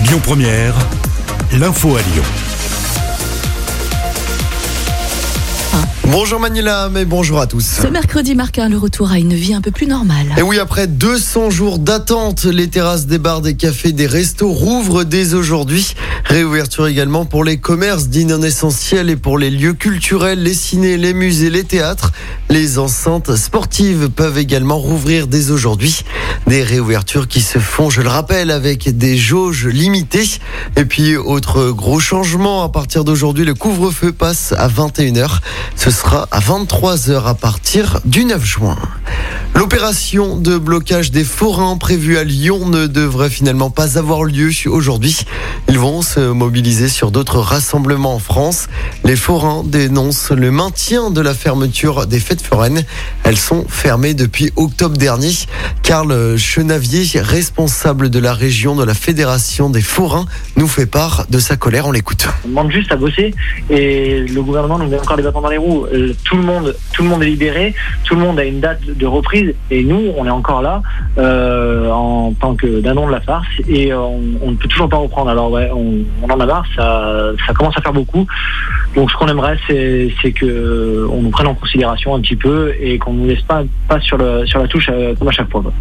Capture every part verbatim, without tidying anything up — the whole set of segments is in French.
Lyon Première, l'info à Lyon. Bonjour Manila, mais bonjour à tous. Ce mercredi marque le retour à une vie un peu plus normale. Et oui, après deux cents jours d'attente, les terrasses des bars, des cafés, des restos rouvrent dès aujourd'hui. Réouverture également pour les commerces dits non essentiels et pour les lieux culturels, les cinés, les musées, les théâtres. Les enceintes sportives peuvent également rouvrir dès aujourd'hui. Des réouvertures qui se font, je le rappelle, avec des jauges limitées. Et puis, autre gros changement, à partir d'aujourd'hui, le couvre-feu passe à vingt et une heures. Ce sera à vingt-trois heures à partir du neuf juin. L'opération de blocage des forains prévue à Lyon ne devrait finalement pas avoir lieu aujourd'hui. Ils vont se mobiliser sur d'autres rassemblements en France. Les forains dénoncent le maintien de la fermeture des fêtes foraines. Elles sont fermées depuis octobre dernier. Karl Chenavier, responsable de la région de la Fédération des forains, nous fait part de sa colère. On l'écoute. On demande juste à bosser et le gouvernement nous met encore des bâtons dans les roues. Tout le monde, tout le monde est libéré, tout le monde a une date de reprise et nous, on est encore là euh, en tant que dindon de la farce et on, on ne peut toujours pas reprendre. Alors ouais, on, on en a marre, ça, ça commence à faire beaucoup. Donc ce qu'on aimerait, c'est, c'est que on nous prenne en considération un petit peu et qu'on nous laisse pas, pas sur, le, sur la touche euh, comme à chaque fois.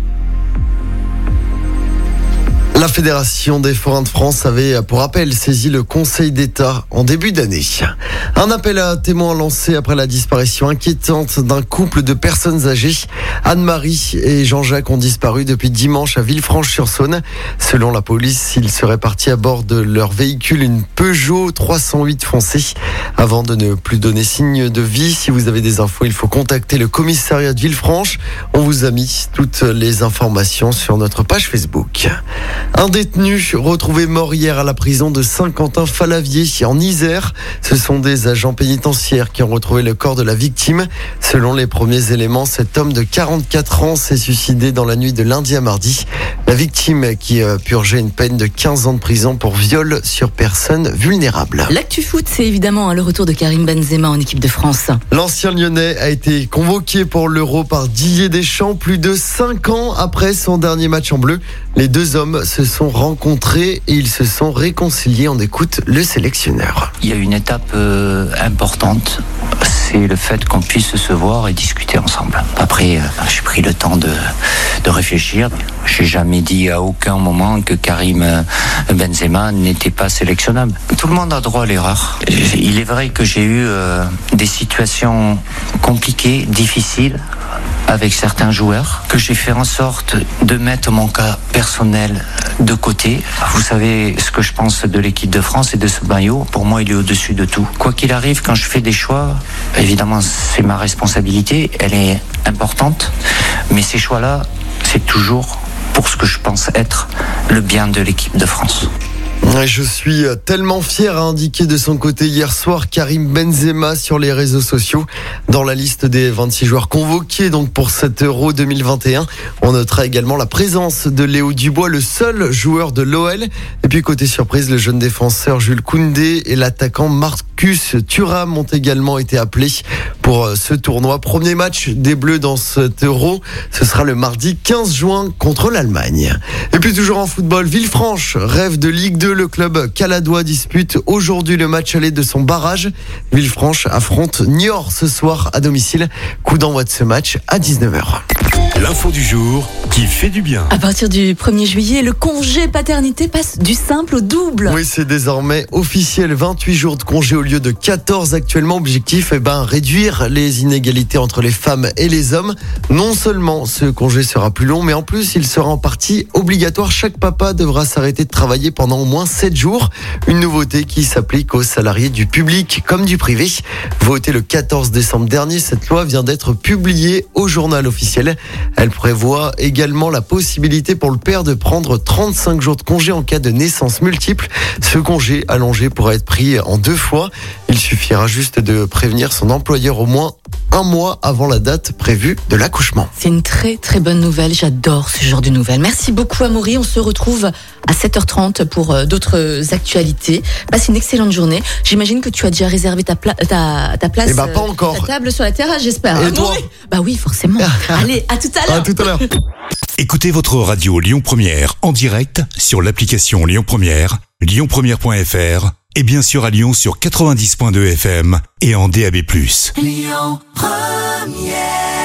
La Fédération des forains de France avait, pour rappel, saisi le Conseil d'État en début d'année. Un appel à témoins lancé après la disparition inquiétante d'un couple de personnes âgées. Anne-Marie et Jean-Jacques ont disparu depuis dimanche à Villefranche-sur-Saône. Selon la police, ils seraient partis à bord de leur véhicule, une Peugeot trois cent huit foncée, avant de ne plus donner signe de vie. Si vous avez des infos, il faut contacter le commissariat de Villefranche. On vous a mis toutes les informations sur notre page Facebook. Un détenu retrouvé mort hier à la prison de Saint-Quentin-Falavier en Isère. Ce sont des agents pénitentiaires qui ont retrouvé le corps de la victime. Selon les premiers éléments, cet homme de quarante-quatre ans s'est suicidé dans la nuit de lundi à mardi. La victime qui purgeait une peine de quinze ans de prison pour viol sur personne vulnérable. L'actu foot, c'est évidemment le retour de Karim Benzema en équipe de France. L'ancien Lyonnais a été convoqué pour l'Euro par Didier Deschamps plus de cinq ans après son dernier match en bleu. Les deux hommes se sont rencontrés et ils se sont réconciliés. On écoute le sélectionneur. Il y a une étape euh, importante, c'est le fait qu'on puisse se voir et discuter ensemble. Après, euh, j'ai pris le temps de, de réfléchir. J'ai jamais dit à aucun moment que Karim Benzema n'était pas sélectionnable. Tout le monde a droit à l'erreur. Il est vrai que j'ai eu euh, des situations compliquées, difficiles, avec certains joueurs, que j'ai fait en sorte de mettre mon cas personnel de côté. Vous savez ce que je pense de l'équipe de France et de ce maillot. Pour moi, il est au-dessus de tout. Quoi qu'il arrive, quand je fais des choix, évidemment, c'est ma responsabilité. Elle est importante. Mais ces choix-là, c'est toujours pour ce que je pense être le bien de l'équipe de France. Je suis tellement fier, a indiqué de son côté hier soir Karim Benzema sur les réseaux sociaux. Dans la liste des vingt-six joueurs convoqués donc pour cet Euro deux mille vingt et un, on notera également la présence de Léo Dubois, le seul joueur de l'O L. Et puis côté surprise, le jeune défenseur Jules Koundé et l'attaquant Marcus Thuram ont également été appelés pour ce tournoi. Premier match des Bleus dans cet Euro, ce sera le mardi quinze juin contre l'Allemagne. Et puis toujours en football, Villefranche rêve de Ligue deux. Le club caladois dispute aujourd'hui le match aller de son barrage. Villefranche affronte Niort ce soir à domicile. Coup d'envoi de ce match à dix-neuf heures. L'info du jour qui fait du bien. À partir du premier juillet, le congé paternité passe du simple au double. Oui, c'est désormais officiel. vingt-huit jours de congé au lieu de quatorze actuellement. Objectif, eh ben, réduire les inégalités entre les femmes et les hommes. Non seulement ce congé sera plus long, mais en plus, il sera en partie obligatoire. Chaque papa devra s'arrêter de travailler pendant au moins sept jours. Une nouveauté qui s'applique aux salariés du public comme du privé. Votée le quatorze décembre dernier, cette loi vient d'être publiée au journal officiel. Elle prévoit également la possibilité pour le père de prendre trente-cinq jours de congé en cas de naissance multiple. Ce congé allongé pourra être pris en deux fois. Il suffira juste de prévenir son employeur au moins un mois avant la date prévue de l'accouchement. C'est une très très bonne nouvelle, j'adore ce genre de nouvelles. Merci beaucoup Amaury, on se retrouve à sept heures trente pour euh, d'autres actualités. Passe une excellente journée. J'imagine que tu as déjà réservé ta, pla- ta, ta place, Eh bah, pas encore. ta table sur la terrasse, j'espère. Et Amaury toi ? Bah oui, forcément. Allez, à tout à l'heure. À tout à l'heure. Écoutez votre radio Lyon Première en direct sur l'application Lyon Première, lyon première point f r et bien sûr à Lyon sur quatre-vingt-dix virgule deux F M et en D A B plus. Lyon Première.